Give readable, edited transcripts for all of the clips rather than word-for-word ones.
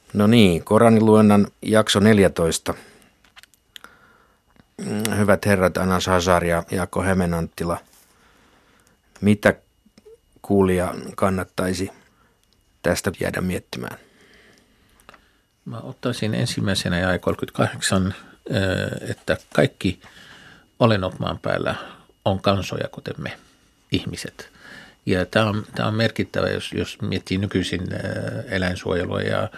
No niin, Koranin luennan jakso 14. Hyvät herrat Anas Hazar ja Jaakko Hemenanttila, mitä kuulija kannattaisi tästä jäädä miettimään? Mä ottaisin ensimmäisenä jae 38, että kaikki olennot maan päällä on kansoja, kuten me ihmiset. Ja tämä on merkittävä, jos miettii nykyisin eläinsuojelua ja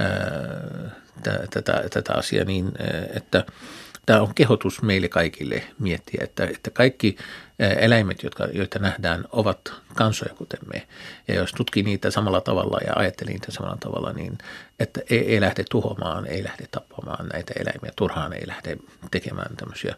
tätä asiaa, niin että tämä on kehotus meille kaikille miettiä, että kaikki eläimet, joita nähdään, ovat kansoja kuten me. Ja jos tutkii niitä samalla tavalla ja ajattelee niitä samalla tavalla, niin että ei lähde tuhoamaan, ei lähde tappamaan näitä eläimiä. Turhaan ei lähde tekemään tämmöisiä,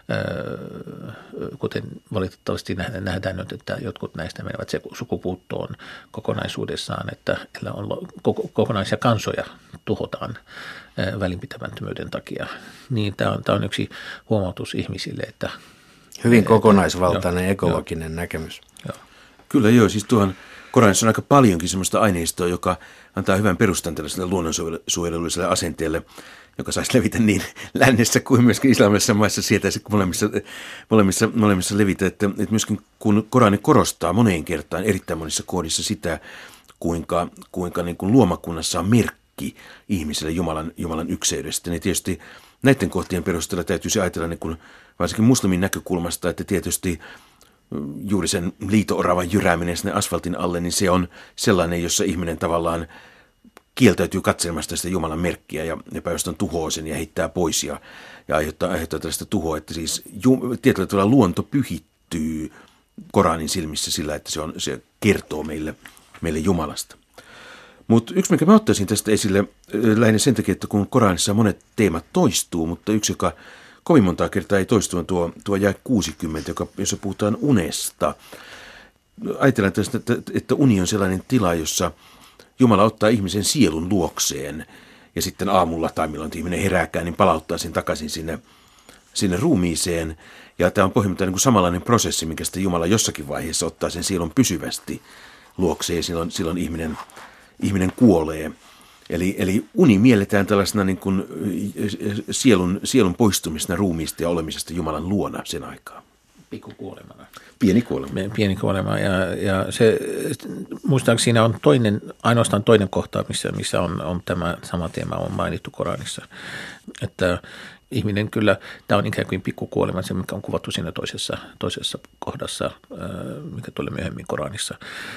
kuten valitettavasti nähdään nyt, että jotkut näistä menevät sukupuuttoon kokonaisuudessaan, että kokonaisia kansoja tuhotaan välinpitämättömyyden takia. Niin tämä on yksi huomautus ihmisille, että hyvin kokonaisvaltainen ekologinen näkemys. Joo. Kyllä joo, siis tuohon Koranissa on aika paljonkin sellaista aineistoa, joka antaa hyvän perustan tällaiselle luonnonsuojelulliselle asenteelle, joka saisi levitä niin lännessä kuin myöskin islamilaisissa maissa sietäisi molemmissa levitä. Että myöskin kun Korani korostaa moneen kertaan erittäin monissa kohdissa sitä, kuinka niin kuin luomakunnassa on merkki ihmiselle Jumalan ykseydestä, niin tietysti näiden kohtien perusteella täytyisi ajatella niin kuin varsinkin muslimin näkökulmasta, että tietysti juuri sen liito-oravan jyrääminen sinne asfaltin alle, niin se on sellainen, jossa ihminen tavallaan kieltäytyy katselemasta sitä Jumalan merkkiä ja päinvastoin tuhoaa sen ja heittää pois ja aiheuttaa tällaista tuhoa, että siis tietyllä tavalla luonto pyhittyy Koranin silmissä sillä, että se kertoo meille Jumalasta. Mutta yksi, mikä mä ottaisin tästä esille lähinnä sen takia, että kun Koranissa monet teemat toistuu, mutta yksi, joka kovin montaa kertaa ei toistu, on tuo jae 60, jossa puhutaan unesta. Ajatellaan tästä, että uni on sellainen tila, jossa Jumala ottaa ihmisen sielun luokseen ja sitten aamulla tai milloin ihminen herääkään, niin palauttaa sen takaisin sinne ruumiiseen. Ja tämä on pohjimmiltaan niin kuin samanlainen prosessi, minkä sitten Jumala jossakin vaiheessa ottaa sen sielun pysyvästi luokseen ja silloin ihminen kuolee. Eli uni mielletään tällaisena niin kuin sielun poistumisena ruumiista ja olemisesta Jumalan luona sen aikaa. Pikkukuolemana. Pieni kuolema. Pieni kuolema ja se, muistaakseni siinä on ainoastaan toinen kohta, missä on tämä sama teema on mainittu Koranissa. Että ihminen kyllä, tämä on ikään kuin pikkukuolema, se mikä on kuvattu siinä toisessa kohdassa, mikä tulee myöhemmin Koranissa,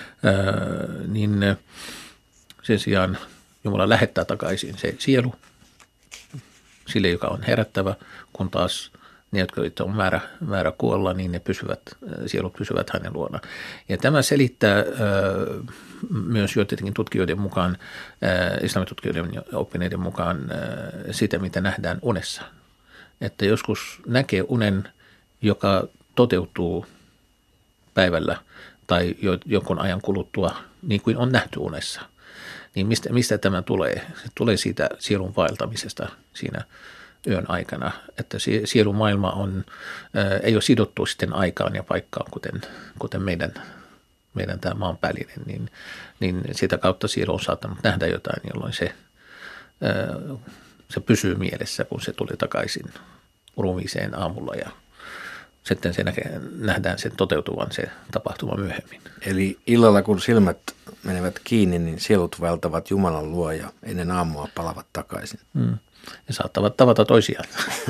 niin sen sijaan Jumala lähettää takaisin se sielu sille, joka on herättävä, kun taas ne, jotka on määrä kuolla, niin sielut pysyvät hänen luona. Ja tämä selittää myös joidenkin tutkijoiden mukaan, islamitutkijoiden ja oppineiden mukaan sitä, mitä nähdään unessa. Että joskus näkee unen, joka toteutuu päivällä tai jonkun ajan kuluttua niin kuin on nähty unessa. Niin mistä tämä tulee? Se tulee siitä sielun vaeltamisesta siinä yön aikana, että sielun maailma ei ole sidottu sitten aikaan ja paikkaan, kuten meidän tämä maanpäällinen, niin sitä kautta sielu on saattanut nähdä jotain, jolloin se pysyy mielessä, kun se tulee takaisin ruumiiseen aamulla ja sitten nähdään sen toteutuvan se tapahtuma myöhemmin. Eli illalla, kun silmät menevät kiinni, niin sielut vaeltavat Jumalan luo ja ennen aamua palavat takaisin. Ja saattavat tavata toisiaan.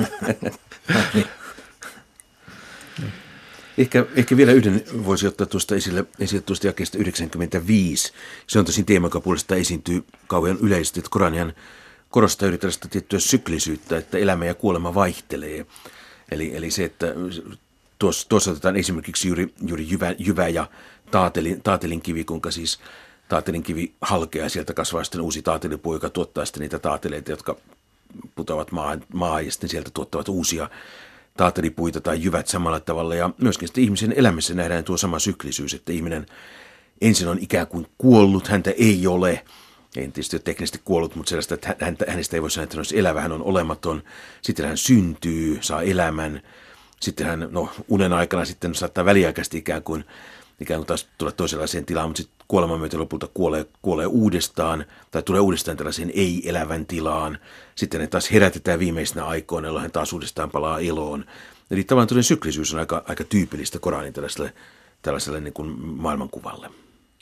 Ehkä vielä yhden voisi ottaa tuosta esille tuosta jakeesta 95. Se on tosin teema, joka puolestaan esiintyy kauhean yleisesti, että Koranihan korostaa juuri tällaista tiettyä syklisyyttä, että elämä ja kuolema vaihtelee. Eli se, että tuossa otetaan esimerkiksi juuri jyvä ja taatelinkivi, kuinka siis taatelinkivi halkeaa, sieltä kasvaa sitten uusi taatelipuu, joka tuottaa sitten niitä taateleita, jotka putoavat maahan ja sitten sieltä tuottavat uusia taatelipuita tai jyvät samalla tavalla. Ja myöskin sitten ihmisen elämässä nähdään tuo sama syklisyys, että ihminen ensin on ikään kuin kuollut, häntä ei ole. Ei tietysti ole teknisesti kuollut, mutta sellaista, että hänestä ei voi sanoa, että hän olisi elävä, hän on olematon. Sitten hän syntyy, saa elämän. Sitten hän unen aikana sitten saattaa väliaikaisesti ikään kuin ikään kuin taas tulla toisenlaiseen tilaan, mutta sitten kuoleman myötä lopulta kuolee uudestaan tai tulee uudestaan tällaiseen ei-elävän tilaan. Sitten ne taas herätetään viimeisinä aikoina, jolloin hän taas uudestaan palaa eloon. Eli tavallaan todellinen syklisyys on aika tyypillistä Koranin tällaiselle niin kuin maailmankuvalle.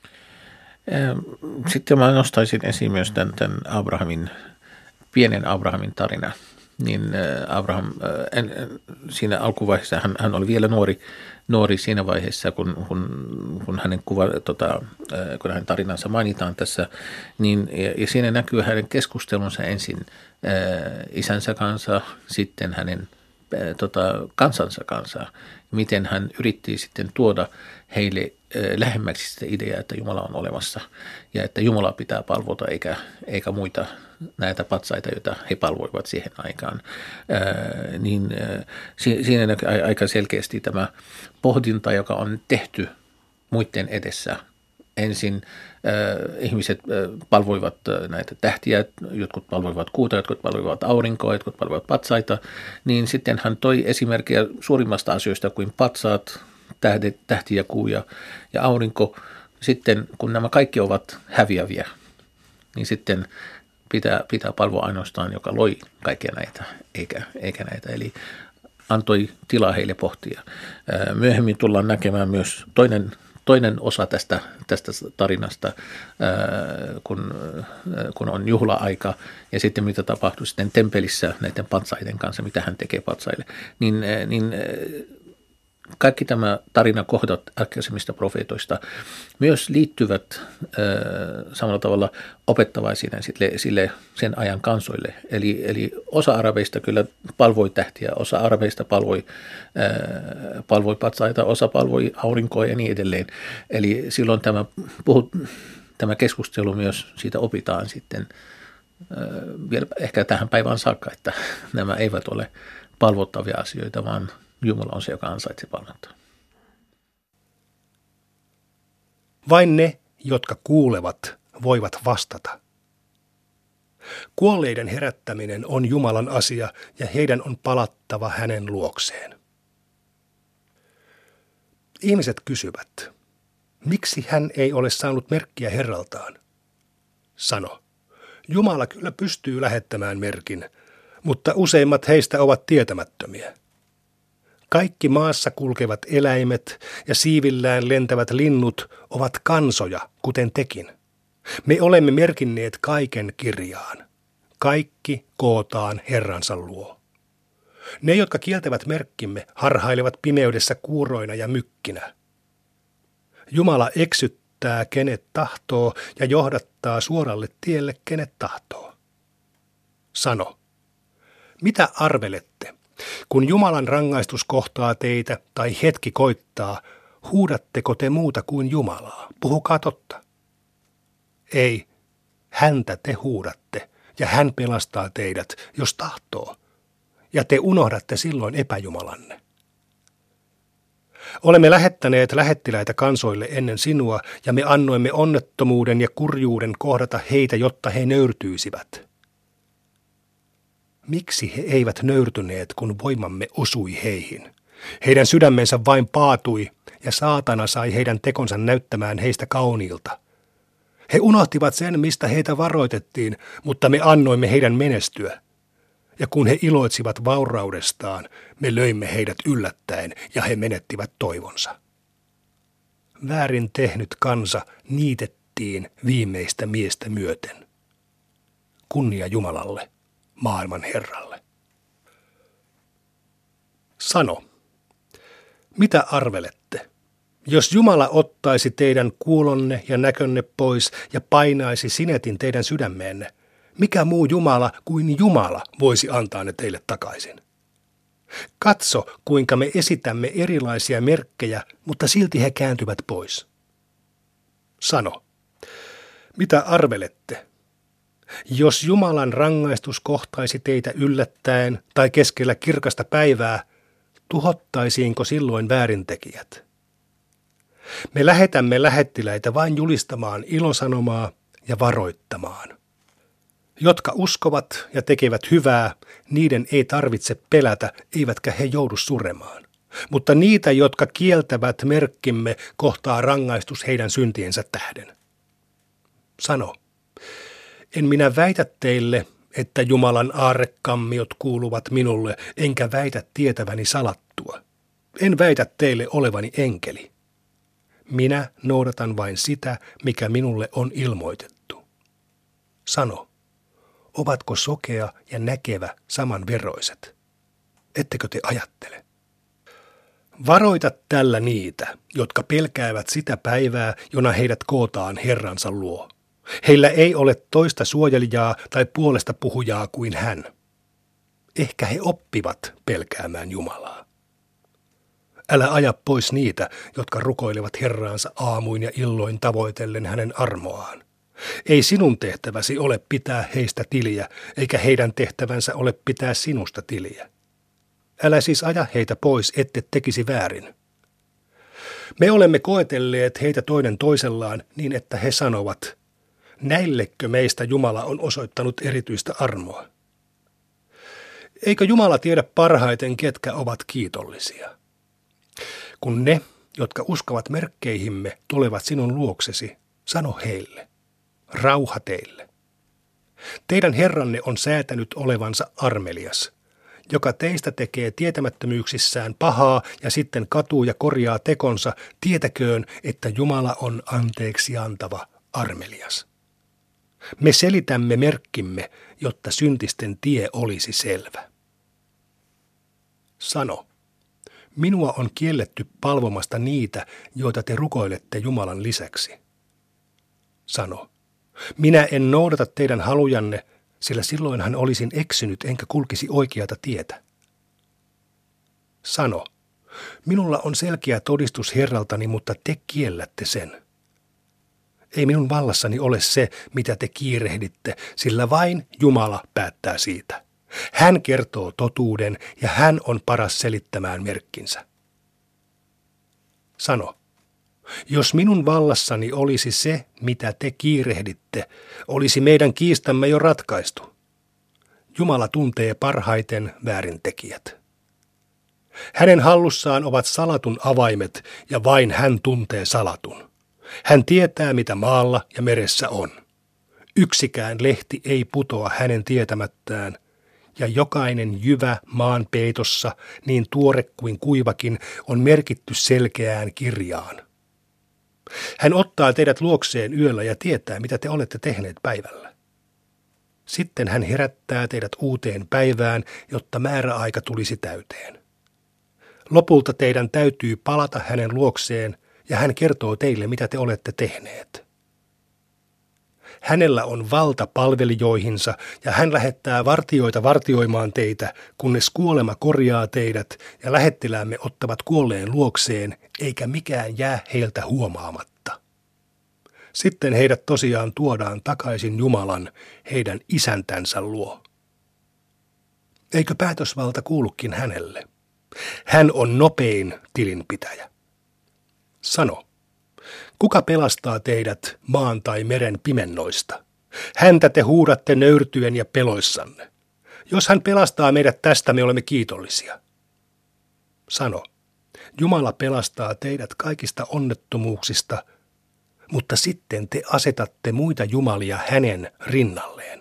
Sitten mä nostaisin esiin myös tämän pienen Abrahamin tarina. Niin Abraham, siinä alkuvaiheessa hän oli vielä nuori siinä vaiheessa, kun hänen kun hänen tarinansa mainitaan tässä, niin ja siinä näkyy hänen keskustelunsa ensin isänsä kanssa, sitten hänen kansansa kanssa, miten hän yritti sitten tuoda heille lähemmäksi sitä ideaa, että Jumala on olemassa ja että Jumala pitää palvota eikä muita näitä patsaita, joita he palvoivat siihen aikaan. Siinä näkyy aika selkeästi tämä pohdinta, joka on tehty muiden edessä. Ensin ihmiset palvoivat näitä tähtiä, jotkut palvoivat kuuta, jotkut palvoivat aurinkoa, jotkut palvoivat patsaita, niin sitten hän toi esimerkkejä suurimmasta asioista kuin patsaat, tähti ja kuu ja aurinko. Sitten kun nämä kaikki ovat häviäviä, niin sitten pitää palvoa ainoastaan, joka loi kaikkia näitä, eikä näitä. Eli antoi tilaa heille pohtia. Myöhemmin tullaan näkemään myös toinen osa tästä tarinasta, kun on juhla-aika ja sitten mitä tapahtuu sitten temppelissä näiden patsaiden kanssa, mitä hän tekee patsaille, niin kaikki tämä tarinakohdat aikaisemmista profeetoista myös liittyvät samalla tavalla opettavaisina sille sen ajan kansoille. Eli osa arabeista kyllä palvoi tähtiä, osa arabeista palvoi patsaita, osa palvoi aurinkoa ja niin edelleen. Eli silloin tämä keskustelu myös siitä opitaan sitten vielä ehkä tähän päivään saakka, että nämä eivät ole palvottavia asioita, vaan Jumala on se, joka ansaitsee palvontaa. Vain ne, jotka kuulevat, voivat vastata. Kuolleiden herättäminen on Jumalan asia ja heidän on palattava hänen luokseen. Ihmiset kysyvät, miksi hän ei ole saanut merkkiä Herraltaan? Sano, Jumala kyllä pystyy lähettämään merkin, mutta useimmat heistä ovat tietämättömiä. Kaikki maassa kulkevat eläimet ja siivillään lentävät linnut ovat kansoja, kuten tekin. Me olemme merkinneet kaiken kirjaan. Kaikki kootaan Herransa luo. Ne, jotka kieltävät merkkimme, harhailevat pimeydessä kuuroina ja mykkinä. Jumala eksyttää, kenet tahtoo, ja johdattaa suoralle tielle, kenet tahtoo. Sano, mitä arvelette? Kun Jumalan rangaistus kohtaa teitä tai hetki koittaa, huudatteko te muuta kuin Jumalaa? Puhukaa totta. Ei, häntä te huudatte, ja hän pelastaa teidät, jos tahtoo, ja te unohdatte silloin epäjumalanne. Olemme lähettäneet lähettiläitä kansoille ennen sinua, ja me annoimme onnettomuuden ja kurjuuden kohdata heitä, jotta he nöyrtyisivät. Miksi he eivät nöyrtyneet, kun voimamme osui heihin? Heidän sydämensä vain paatui, ja saatana sai heidän tekonsa näyttämään heistä kauniilta. He unohtivat sen, mistä heitä varoitettiin, mutta me annoimme heidän menestyä. Ja kun he iloitsivat vauraudestaan, me löimme heidät yllättäen, ja he menettivät toivonsa. Väärin tehnyt kansa niitettiin viimeistä miestä myöten. Kunnia Jumalalle, maailman Herralle. Sano, mitä arvelette? Jos Jumala ottaisi teidän kuulonne ja näkönne pois ja painaisi sinetin teidän sydämeenne, mikä muu Jumala kuin Jumala voisi antaa ne teille takaisin? Katso, kuinka me esitämme erilaisia merkkejä, mutta silti he kääntyvät pois. Sano, mitä arvelette? Jos Jumalan rangaistus kohtaisi teitä yllättäen tai keskellä kirkasta päivää, tuhottaisiinko silloin väärintekijät? Me lähetämme lähettiläitä vain julistamaan ilosanomaa ja varoittamaan. Jotka uskovat ja tekevät hyvää, niiden ei tarvitse pelätä, eivätkä he joudu suremaan. mutta niitä, jotka kieltävät merkkimme, kohtaa rangaistus heidän syntiensä tähden. Sano, en minä väitä teille, että Jumalan aarrekammiot kuuluvat minulle, enkä väitä tietäväni salattua. En väitä teille olevani enkeli. Minä noudatan vain sitä, mikä minulle on ilmoitettu. Sano, ovatko sokea ja näkevä samanveroiset? Ettekö te ajattele? Varoita tällä niitä, jotka pelkäävät sitä päivää, jona heidät kootaan Herransa luo. Heillä ei ole toista suojelijaa tai puolesta puhujaa kuin hän. Ehkä he oppivat pelkäämään Jumalaa. Älä aja pois niitä, jotka rukoilevat Herraansa aamuin ja illoin tavoitellen hänen armoaan. Ei sinun tehtäväsi ole pitää heistä tiliä, eikä heidän tehtävänsä ole pitää sinusta tiliä. Älä siis aja heitä pois, ette tekisi väärin. Me olemme koetelleet heitä toinen toisellaan niin, että he sanovat, näillekö meistä Jumala on osoittanut erityistä armoa? Eikö Jumala tiedä parhaiten, ketkä ovat kiitollisia? Kun ne, jotka uskovat merkkeihimme, tulevat sinun luoksesi, sano heille, rauha teille. Teidän Herranne on säätänyt olevansa armelias, joka teistä tekee tietämättömyyksissään pahaa ja sitten katuu ja korjaa tekonsa, tietäköön, että Jumala on anteeksi antava armelias. Me selitämme merkkimme, jotta syntisten tie olisi selvä. Sano, minua on kielletty palvomasta niitä, joita te rukoilette Jumalan lisäksi. Sano, minä en noudata teidän halujanne, sillä silloinhan olisin eksynyt enkä kulkisi oikeata tietä. Sano, minulla on selkeä todistus Herraltani, mutta te kiellätte sen. Ei minun vallassani ole se, mitä te kiirehditte, sillä vain Jumala päättää siitä. Hän kertoo totuuden ja hän on paras selittämään merkkinsä. Sano, jos minun vallassani olisi se, mitä te kiirehditte, olisi meidän kiistamme jo ratkaistu. Jumala tuntee parhaiten väärintekijät. Hänen hallussaan ovat salatun avaimet ja vain hän tuntee salatun. Hän tietää, mitä maalla ja meressä on. Yksikään lehti ei putoa hänen tietämättään, ja jokainen jyvä maan peitossa, niin tuore kuin kuivakin, on merkitty selkeään kirjaan. Hän ottaa teidät luokseen yöllä ja tietää, mitä te olette tehneet päivällä. Sitten hän herättää teidät uuteen päivään, jotta määräaika tulisi täyteen. Lopulta teidän täytyy palata hänen luokseen, ja hän kertoo teille, mitä te olette tehneet. Hänellä on valta palvelijoihinsa, ja hän lähettää vartijoita vartioimaan teitä, kunnes kuolema korjaa teidät, ja lähettiläämme ottavat kuolleen luokseen, eikä mikään jää heiltä huomaamatta. Sitten heidät tosiaan tuodaan takaisin Jumalan, heidän isäntänsä luo. Eikö päätösvalta kuulukin hänelle? Hän on nopein tilinpitäjä. Sano, kuka pelastaa teidät maan tai meren pimennoista? Häntä te huudatte nöyrtyen ja peloissanne. Jos hän pelastaa meidät tästä, me olemme kiitollisia. Sano, Jumala pelastaa teidät kaikista onnettomuuksista, mutta sitten te asetatte muita jumalia hänen rinnalleen.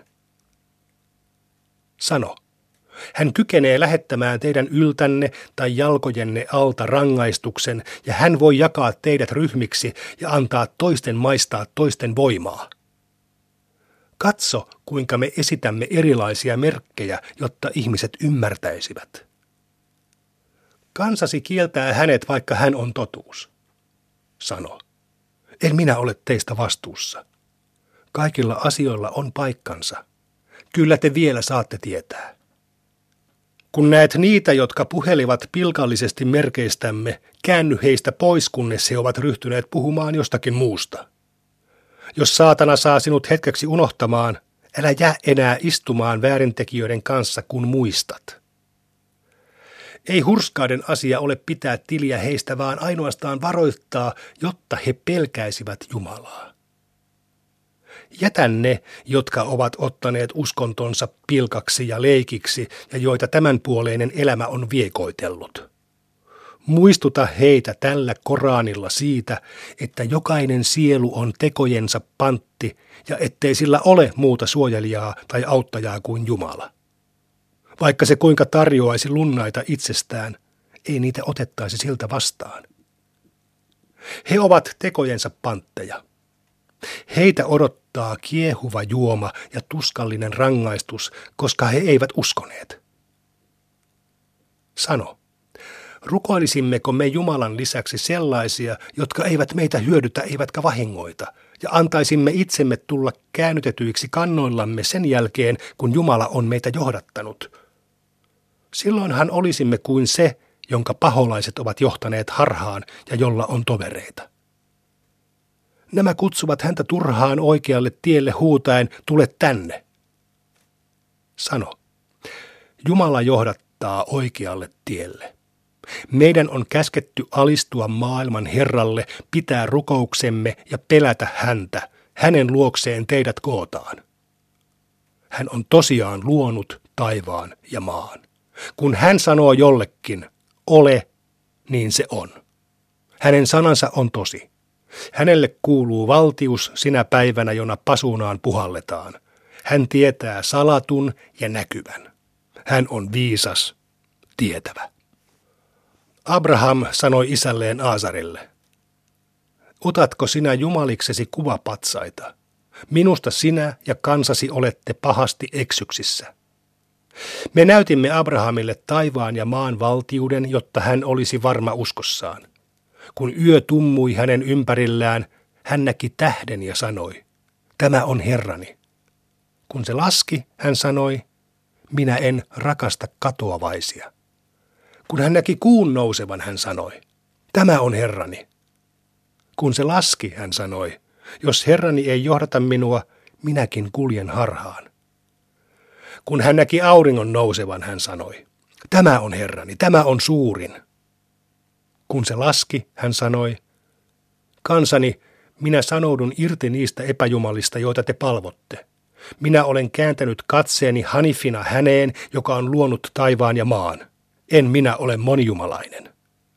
Sano, hän kykenee lähettämään teidän yltänne tai jalkojenne alta rangaistuksen, ja hän voi jakaa teidät ryhmiksi ja antaa toisten maistaa toisten voimaa. Katso, kuinka me esitämme erilaisia merkkejä, jotta ihmiset ymmärtäisivät. Kansasi kieltää hänet, vaikka hän on totuus. Sano, en minä ole teistä vastuussa. Kaikilla asioilla on paikkansa. Kyllä te vielä saatte tietää. Kun näet niitä, jotka puhelivat pilkallisesti merkeistämme, käänny heistä pois, kunnes he ovat ryhtyneet puhumaan jostakin muusta. Jos saatana saa sinut hetkeksi unohtamaan, älä jää enää istumaan väärintekijöiden kanssa, kun muistat. Ei hurskaiden asia ole pitää tiliä heistä, vaan ainoastaan varoittaa, jotta he pelkäisivät Jumalaa. Jätä ne, jotka ovat ottaneet uskontonsa pilkaksi ja leikiksi ja joita tämänpuoleinen elämä on viekoitellut. Muistuta heitä tällä Koranilla siitä, että jokainen sielu on tekojensa pantti ja ettei sillä ole muuta suojelijaa tai auttajaa kuin Jumala. Vaikka se kuinka tarjoaisi lunnaita itsestään, ei niitä otettaisi siltä vastaan. He ovat tekojensa pantteja. Heitä odottaa kiehuva juoma ja tuskallinen rangaistus, koska he eivät uskoneet. Sano, rukoilisimmeko me Jumalan lisäksi sellaisia, jotka eivät meitä hyödytä eivätkä vahingoita, ja antaisimme itsemme tulla käännytetyiksi kannoillamme sen jälkeen, kun Jumala on meitä johdattanut? Silloinhan olisimme kuin se, jonka paholaiset ovat johtaneet harhaan ja jolla on tovereita. Nämä kutsuvat häntä turhaan oikealle tielle huutaen, tule tänne. Sano, Jumala johdattaa oikealle tielle. Meidän on käsketty alistua maailman Herralle, pitää rukouksemme ja pelätä häntä. Hänen luokseen teidät kootaan. Hän on tosiaan luonut taivaan ja maan. Kun hän sanoo jollekin, ole, niin se on. Hänen sanansa on tosi. Hänelle kuuluu valtius sinä päivänä, jona pasunaan puhalletaan. Hän tietää salatun ja näkyvän. Hän on viisas, tietävä. Abraham sanoi isälleen Aasarille, otatko sinä jumaliksesi kuvapatsaita? Minusta sinä ja kansasi olette pahasti eksyksissä. Me näytimme Abrahamille taivaan ja maan valtiuden, jotta hän olisi varma uskossaan. Kun yö tummui hänen ympärillään, hän näki tähden ja sanoi, tämä on Herrani. Kun se laski, hän sanoi, minä en rakasta katoavaisia. Kun hän näki kuun nousevan, hän sanoi, tämä on Herrani. Kun se laski, hän sanoi, jos Herrani ei johdata minua, minäkin kuljen harhaan. Kun hän näki auringon nousevan, hän sanoi, tämä on Herrani, tämä on suurin. Kun se laski, hän sanoi, kansani, minä sanoudun irti niistä epäjumalista, joita te palvotte. Minä olen kääntänyt katseeni Hanifina häneen, joka on luonut taivaan ja maan. En minä ole monijumalainen.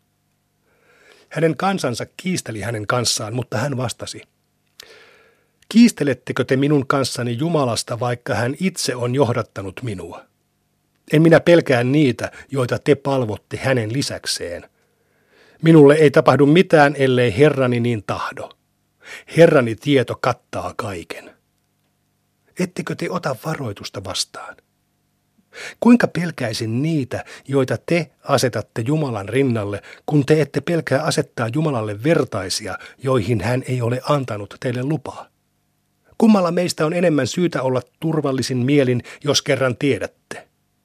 Hänen kansansa kiisteli hänen kanssaan, mutta hän vastasi, kiistelettekö te minun kanssani Jumalasta, vaikka hän itse on johdattanut minua? En minä pelkää niitä, joita te palvotte hänen lisäkseen. Minulle ei tapahdu mitään, ellei Herrani niin tahdo. Herrani tieto kattaa kaiken. Ettekö te ota varoitusta vastaan? Kuinka pelkäisin niitä, joita te asetatte Jumalan rinnalle, kun te ette pelkää asettaa Jumalalle vertaisia, joihin hän ei ole antanut teille lupaa? Kummalla meistä on enemmän syytä olla turvallisin mielin, jos kerran tiedätte?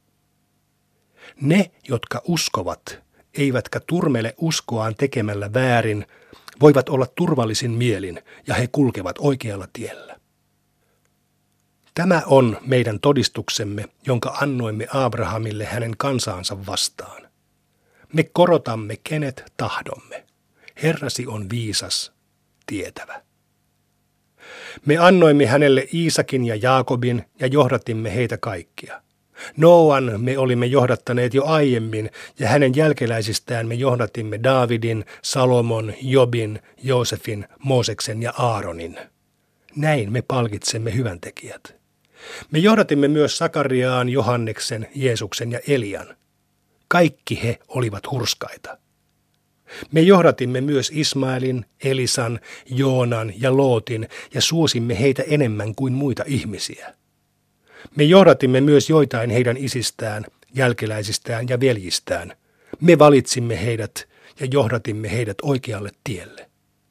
Ne, jotka uskovat, eivätkä turmele uskoaan tekemällä väärin, voivat olla turvallisin mielin ja he kulkevat oikealla tiellä. Tämä on meidän todistuksemme, jonka annoimme Abrahamille hänen kansaansa vastaan. Me korotamme kenet tahdomme. Herrasi on viisas, tietävä. Me annoimme hänelle Iisakin ja Jaakobin ja johdatimme heitä kaikkia. Nooan me olimme johdattaneet jo aiemmin ja hänen jälkeläisistään me johdatimme Daavidin, Salomon, Jobin, Joosefin, Mooseksen ja Aaronin. Näin me palkitsemme hyväntekijät. Me johdatimme myös Sakariaan, Johanneksen, Jeesuksen ja Elian. Kaikki he olivat hurskaita. Me johdatimme myös Ismaelin, Elisan, Joonan ja Lootin ja suosimme heitä enemmän kuin muita ihmisiä. Me johdatimme myös joitain heidän isistään, jälkeläisistään ja veljistään. Me valitsimme heidät ja johdatimme heidät oikealle tielle.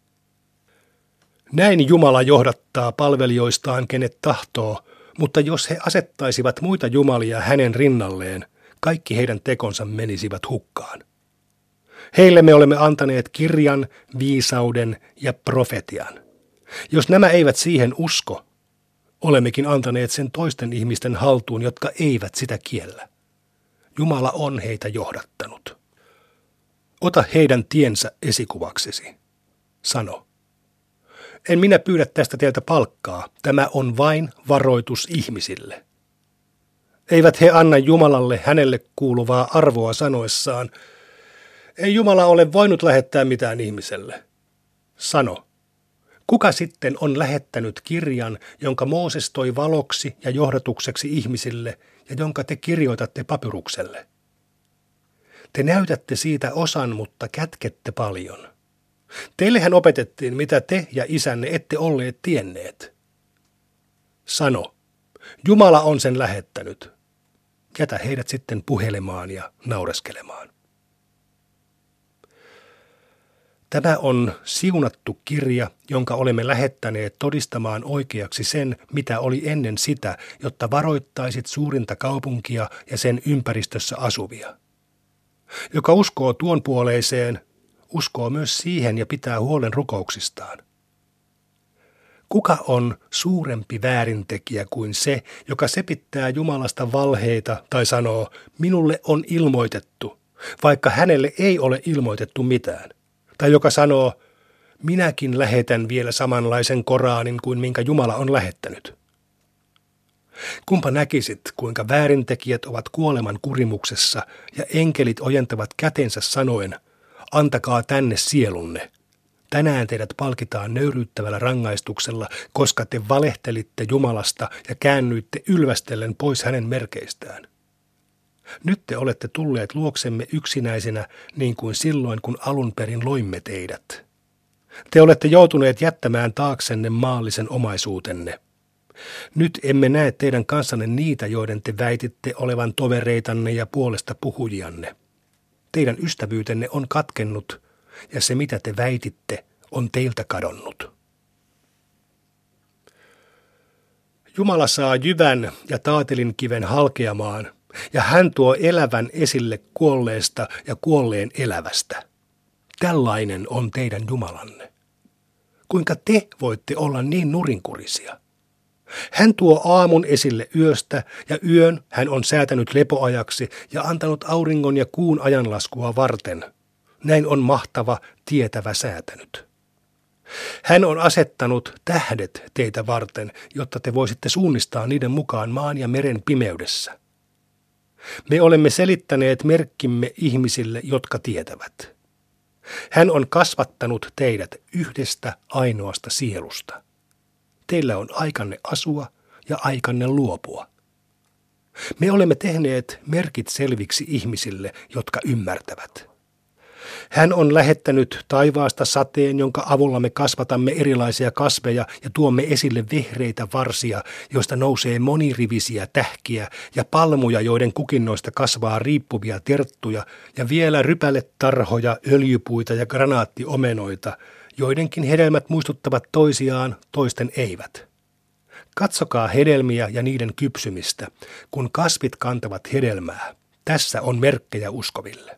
Näin Jumala johdattaa palvelijoistaan kenet tahtoo, mutta jos he asettaisivat muita jumalia hänen rinnalleen, kaikki heidän tekonsa menisivät hukkaan. Heille me olemme antaneet kirjan, viisauden ja profetian. Jos nämä eivät siihen usko, olemmekin antaneet sen toisten ihmisten haltuun, jotka eivät sitä kiellä. Jumala on heitä johdattanut. Ota heidän tiensä esikuvaksesi. Sano. En minä pyydä tästä teiltä palkkaa, tämä on vain varoitus ihmisille. Eivät he anna Jumalalle hänelle kuuluvaa arvoa sanoessaan, Ei Jumala ole voinut lähettää mitään ihmiselle. Sano, kuka sitten on lähettänyt kirjan, jonka Mooses toi valoksi ja johdatukseksi ihmisille ja jonka te kirjoitatte papyrukselle? Te näytätte siitä osan, mutta kätkette paljon. Teillehän opetettiin, mitä te ja isänne ette olleet tienneet. Sano, Jumala on sen lähettänyt. Jätä heidät sitten puhelemaan ja naureskelemaan. Tämä on siunattu kirja, jonka olemme lähettäneet todistamaan oikeaksi sen, mitä oli ennen sitä, jotta varoittaisit suurinta kaupunkia ja sen ympäristössä asuvia. Joka uskoo tuon puoleiseen, uskoo myös siihen ja pitää huolen rukouksistaan. Kuka on suurempi väärintekijä kuin se, joka sepittää Jumalasta valheita tai sanoo, minulle on ilmoitettu, vaikka hänelle ei ole ilmoitettu mitään? Tai joka sanoo, minäkin lähetän vielä samanlaisen Koraanin kuin minkä Jumala on lähettänyt. Kumpa näkisit, kuinka väärintekijät ovat kuoleman kurimuksessa ja enkelit ojentavat kätensä sanoen, antakaa tänne sielunne. Tänään teidät palkitaan nöyryyttävällä rangaistuksella, koska te valehtelitte Jumalasta ja käännyitte ylvästellen pois hänen merkeistään. Nyt te olette tulleet luoksemme yksinäisenä niin kuin silloin, kun alun perin loimme teidät. Te olette joutuneet jättämään taaksenne maallisen omaisuutenne. Nyt emme näe teidän kanssanne niitä, joiden te väititte olevan tovereitanne ja puolesta puhujianne. Teidän ystävyytenne on katkennut, ja se mitä te väititte on teiltä kadonnut. Jumala saa jyvän ja taatelinkiven halkeamaan, ja hän tuo elävän esille kuolleesta ja kuolleen elävästä. Tällainen on teidän Jumalanne. Kuinka te voitte olla niin nurinkurisia? Hän tuo aamun esille yöstä, ja yön hän on säätänyt lepoajaksi ja antanut auringon ja kuun ajanlaskua varten. Näin on mahtava, tietävä säätänyt. Hän on asettanut tähdet teitä varten, jotta te voisitte suunnistaa niiden mukaan maan ja meren pimeydessä. Me olemme selittäneet merkkimme ihmisille, jotka tietävät. Hän on kasvattanut teidät yhdestä ainoasta sielusta. Teillä on aikanne asua ja aikanne luopua. Me olemme tehneet merkit selviksi ihmisille, jotka ymmärtävät. Hän on lähettänyt taivaasta sateen, jonka avulla me kasvatamme erilaisia kasveja ja tuomme esille vehreitä varsia, joista nousee monirivisiä tähkiä ja palmuja, joiden kukinnoista kasvaa riippuvia terttuja ja vielä rypäletarhoja, öljypuita ja granaattiomenoita, joidenkin hedelmät muistuttavat toisiaan, toisten eivät. Katsokaa hedelmiä ja niiden kypsymistä, kun kasvit kantavat hedelmää. Tässä on merkkejä uskoville.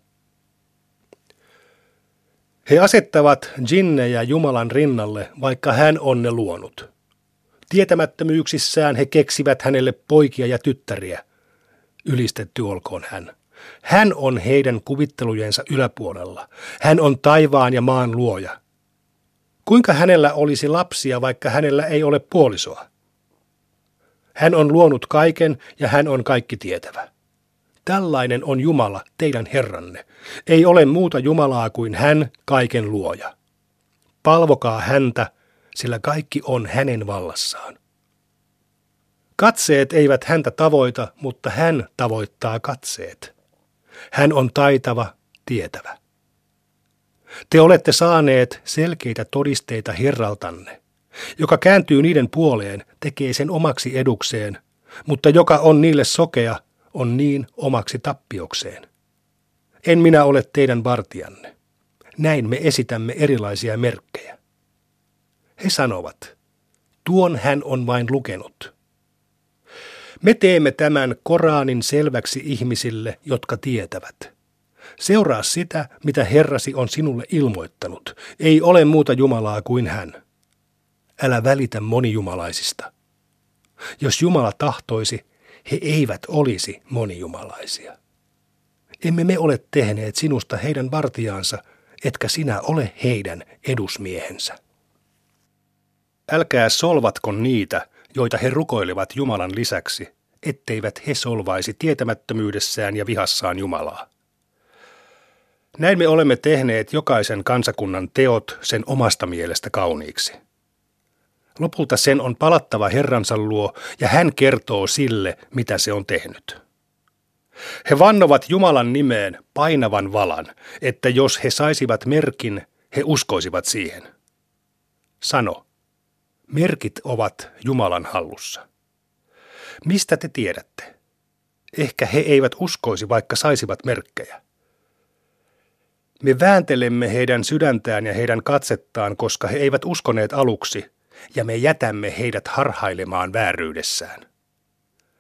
He asettavat djinnejä Jumalan rinnalle, vaikka hän on ne luonut. Tietämättömyyksissään he keksivät hänelle poikia ja tyttäriä. Ylistetty olkoon hän. Hän on heidän kuvittelujensa yläpuolella. Hän on taivaan ja maan luoja. Kuinka hänellä olisi lapsia, vaikka hänellä ei ole puolisoa? Hän on luonut kaiken ja hän on kaikki tietävä. Tällainen on Jumala, teidän Herranne. Ei ole muuta Jumalaa kuin hän, kaiken luoja. Palvokaa häntä, sillä kaikki on hänen vallassaan. Katseet eivät häntä tavoita, mutta hän tavoittaa katseet. Hän on taitava, tietävä. Te olette saaneet selkeitä todisteita Herraltanne. Joka kääntyy niiden puoleen, tekee sen omaksi edukseen, mutta joka on niille sokea, on niin omaksi tappiokseen. En minä ole teidän vartijanne. Näin me esitämme erilaisia merkkejä. He sanovat, tuon hän on vain lukenut. Me teemme tämän Koraanin selväksi ihmisille, jotka tietävät. Seuraa sitä, mitä Herrasi on sinulle ilmoittanut. Ei ole muuta Jumalaa kuin hän. Älä välitä monijumalaisista. Jos Jumala tahtoisi, he eivät olisi monijumalaisia. Emme me ole tehneet sinusta heidän vartijaansa, etkä sinä ole heidän edusmiehensä. Älkää solvatko niitä, joita he rukoilevat Jumalan lisäksi, etteivät he solvaisi tietämättömyydessään ja vihassaan Jumalaa. Näin me olemme tehneet jokaisen kansakunnan teot sen omasta mielestä kauniiksi. Lopulta sen on palattava Herransa luo ja hän kertoo sille, mitä se on tehnyt. He vannovat Jumalan nimeen painavan valan, että jos he saisivat merkin, he uskoisivat siihen. Sano, merkit ovat Jumalan hallussa. Mistä te tiedätte? Ehkä he eivät uskoisi, vaikka saisivat merkkejä. Me vääntelemme heidän sydäntään ja heidän katsettaan, koska he eivät uskoneet aluksi, ja me jätämme heidät harhailemaan vääryydessään.